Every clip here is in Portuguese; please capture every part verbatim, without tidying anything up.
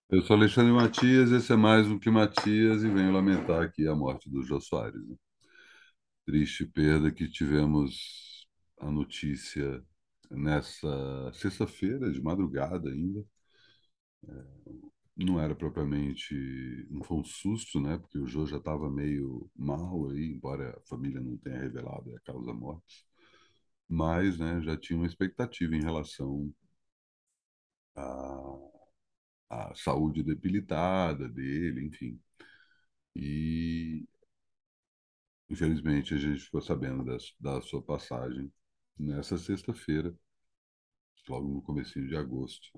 Eu sou Alexandre Matias, esse é mais um que Matias, e venho lamentar aqui a morte do Jô Soares, né? Triste perda que tivemos a notícia nessa sexta-feira, de madrugada ainda. Não era propriamente, não foi um susto, né? Porque o Jô já estava meio mal aí, embora a família não tenha revelado a causa da morte. Mas, né, já tinha uma expectativa em relação à, à saúde debilitada dele, enfim. E infelizmente, a gente ficou sabendo da, da sua passagem nessa sexta-feira, logo no comecinho de agosto.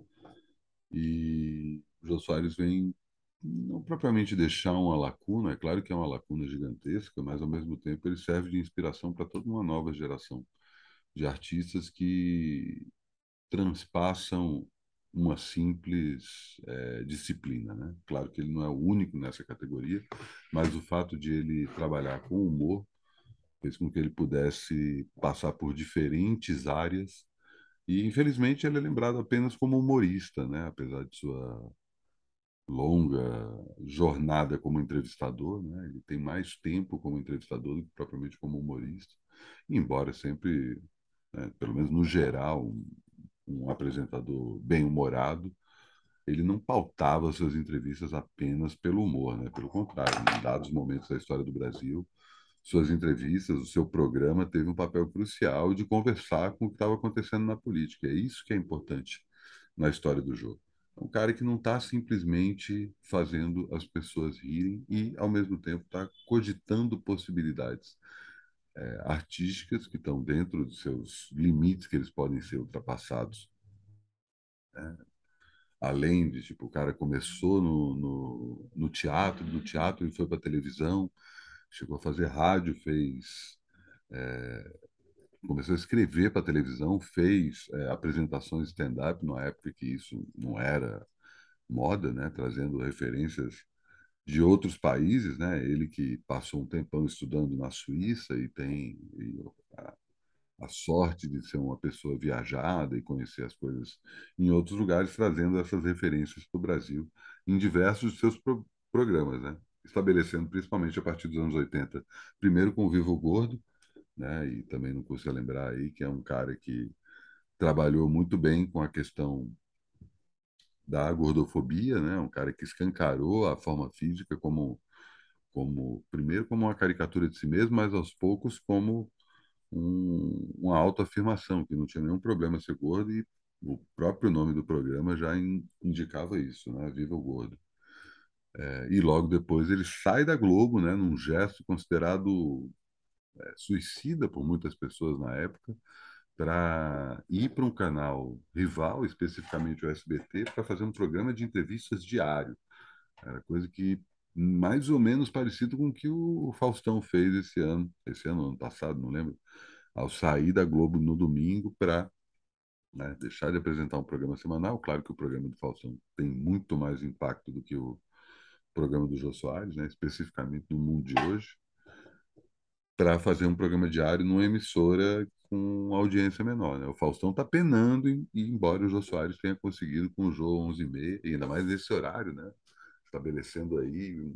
E o Jô Soares vem não propriamente deixar uma lacuna, é claro que é uma lacuna gigantesca, mas ao mesmo tempo ele serve de inspiração para toda uma nova geração de artistas que transpassam uma simples eh, disciplina, né? Claro que ele não é o único nessa categoria, mas o fato de ele trabalhar com humor fez com que ele pudesse passar por diferentes áreas. E, infelizmente, ele é lembrado apenas como humorista, né? Apesar de sua longa jornada como entrevistador, né? Ele tem mais tempo como entrevistador do que propriamente como humorista, embora sempre, né, pelo menos no geral, um, um apresentador bem-humorado. Ele não pautava suas entrevistas apenas pelo humor, né? Pelo contrário, em dados momentos da história do Brasil, suas entrevistas, o seu programa teve um papel crucial de conversar com o que estava acontecendo na política. É isso que é importante na história do jogo. É um cara que não está simplesmente fazendo as pessoas rirem e, ao mesmo tempo, está cogitando possibilidades é, artísticas que estão dentro dos seus limites, que eles podem ser ultrapassados. Né? Além de, tipo, o cara começou no, no, no teatro, do teatro ele foi para a televisão, chegou a fazer rádio, fez é, começou a escrever para televisão, fez é, apresentações stand-up numa época que isso não era moda, né? Trazendo referências de outros países, né? Ele que passou um tempão estudando na Suíça e tem e a, a sorte de ser uma pessoa viajada e conhecer as coisas em outros lugares, trazendo essas referências para o Brasil em diversos de seus pro programas, né? Estabelecendo principalmente a partir dos anos oitenta, primeiro com o Vivo Gordo, né? E também não custa lembrar aí que é um cara que trabalhou muito bem com a questão da gordofobia, né? Um cara que escancarou a forma física como, como primeiro como uma caricatura de si mesmo, mas aos poucos como um, uma autoafirmação, que não tinha nenhum problema ser gordo e o próprio nome do programa já in, indicava isso, né? Viva o Gordo. É, e logo depois ele sai da Globo, né? Num gesto considerado é, suicida por muitas pessoas na época, para ir para um canal rival, especificamente o S B T, para fazer um programa de entrevistas diário. Era coisa que mais ou menos parecido com o que o Faustão fez esse ano, esse ano, ano passado, não lembro, ao sair da Globo no domingo para, né, deixar de apresentar um programa semanal. Claro que o programa do Faustão tem muito mais impacto do que o programa do Jô Soares, né, especificamente no mundo de hoje, para fazer um programa diário numa emissora com audiência menor, né? O Faustão está penando, e, e embora o Jô Soares tenha conseguido com o Jô onze e meia, e ainda mais nesse horário, né? Estabelecendo aí uma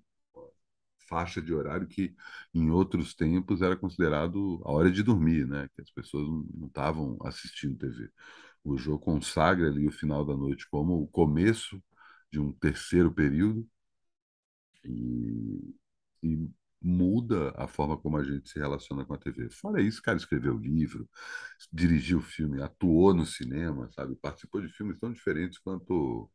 faixa de horário que em outros tempos era considerado a hora de dormir, né? Que as pessoas não estavam assistindo T V. O Jô consagra ali o final da noite como o começo de um terceiro período e, e muda a forma como a gente se relaciona com a T V. Fora isso, o cara escreveu livro, dirigiu filme, atuou no cinema, sabe? Participou de filmes tão diferentes quanto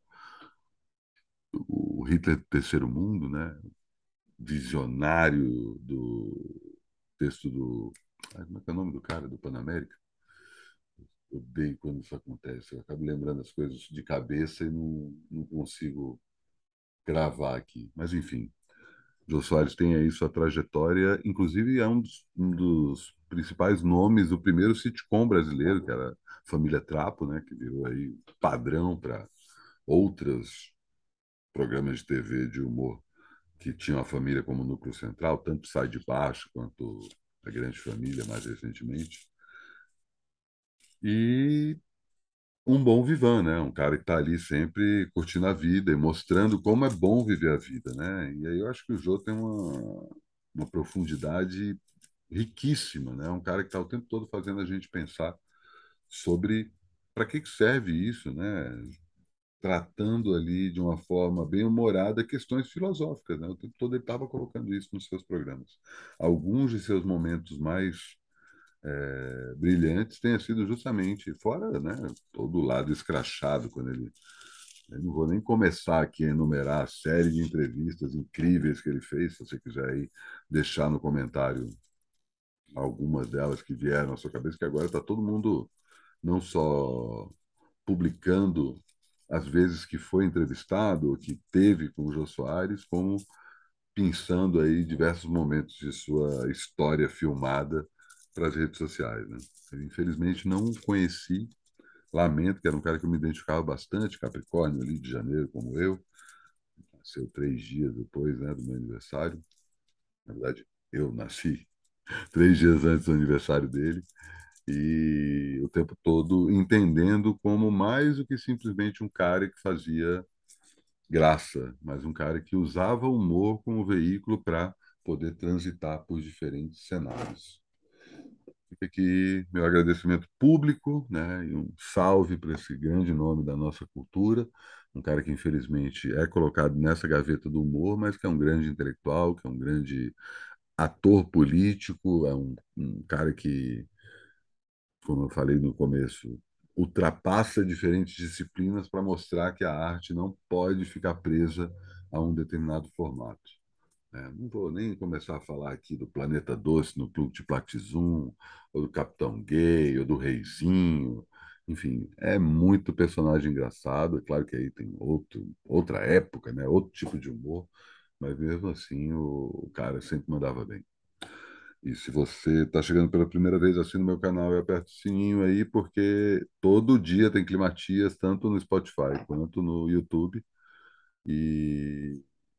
o Hitler do Terceiro Mundo, né? Visionário do texto do... Ai, como é que é o nome do cara, do Panamérica? Eu odeio quando isso acontece. Eu acabo lembrando as coisas de cabeça e não, não consigo gravar aqui. Mas, enfim, Jô Soares tem aí sua trajetória, inclusive é um dos, um dos principais nomes do primeiro sitcom brasileiro, que era Família Trapo, né, que virou aí padrão para outros programas de T V de humor que tinham a família como núcleo central, tanto Sai de Baixo quanto A Grande Família, mais recentemente. E um bom vivan, né? Um cara que está ali sempre curtindo a vida e mostrando como é bom viver a vida, né? E aí eu acho que o Jô tem uma, uma profundidade riquíssima, né? Um cara que está o tempo todo fazendo a gente pensar sobre para que que serve isso, né? Tratando ali de uma forma bem humorada questões filosóficas, né? O tempo todo ele estava colocando isso nos seus programas. Alguns de seus momentos mais eh, brilhantes tenha sido justamente fora, né? Todo o lado escrachado quando ele. Eu não vou nem começar aqui a enumerar a série de entrevistas incríveis que ele fez. Se você quiser aí deixar no comentário algumas delas que vieram à sua cabeça, que agora está todo mundo não só publicando as vezes que foi entrevistado, ou que teve com o Jô Soares, como pensando aí diversos momentos de sua história filmada para as redes sociais, né? Eu, infelizmente, não conheci, lamento, que era um cara que eu me identificava bastante, Capricórnio, ali de janeiro, como eu, nasceu três dias depois, né, do meu aniversário. Na verdade, eu nasci três dias antes do aniversário dele, e o tempo todo entendendo como mais do que simplesmente um cara que fazia graça, mas um cara que usava o humor como veículo para poder transitar por diferentes cenários. Fica aqui meu agradecimento público, né, e um salve para esse grande nome da nossa cultura, um cara que infelizmente é colocado nessa gaveta do humor, mas que é um grande intelectual, que é um grande ator político, é um, um cara que, como eu falei no começo, ultrapassa diferentes disciplinas para mostrar que a arte não pode ficar presa a um determinado formato. É, não vou nem começar a falar aqui do Planeta Doce no Clube de Platizum, ou do Capitão Gay, ou do Reizinho. Enfim, é muito personagem engraçado. É claro que aí tem outro, outra época, né? Outro tipo de humor, mas mesmo assim o, o cara sempre mandava bem. E se você está chegando pela primeira vez, assina o meu canal e aperta o sininho aí, porque todo dia tem climatias, tanto no Spotify quanto no YouTube. E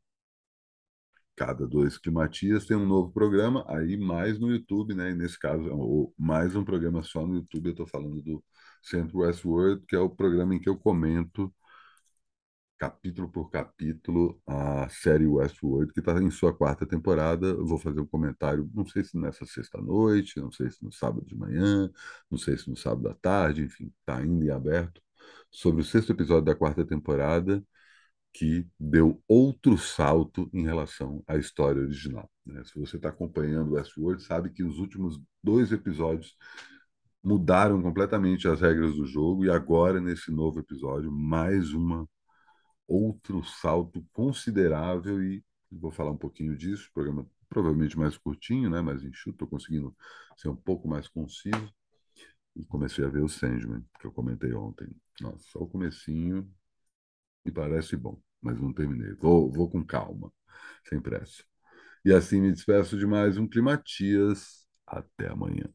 cada dois climatias tem um novo programa, aí mais no YouTube, né? E nesse caso, ou mais um programa só no YouTube. Eu estou falando do Centro Westworld, que é o programa em que eu comento capítulo por capítulo a série Westworld, que está em sua quarta temporada. Eu vou fazer um comentário, não sei se nessa sexta-noite, não sei se no sábado de manhã, não sei se no sábado à tarde, enfim, está ainda em aberto, sobre o sexto episódio da quarta temporada, que deu outro salto em relação à história original, né? Se você está acompanhando Westworld, sabe que os últimos dois episódios mudaram completamente as regras do jogo, e agora, nesse novo episódio, mais uma outro salto considerável. E vou falar um pouquinho disso. Programa provavelmente mais curtinho, né? Mais enxuto, estou conseguindo ser um pouco mais conciso. E comecei a ver o Sandman, que eu comentei ontem. Nossa, só o comecinho me parece bom, mas não terminei. Vou, vou com calma, sem pressa. E assim me despeço de mais um Climatias. Até amanhã.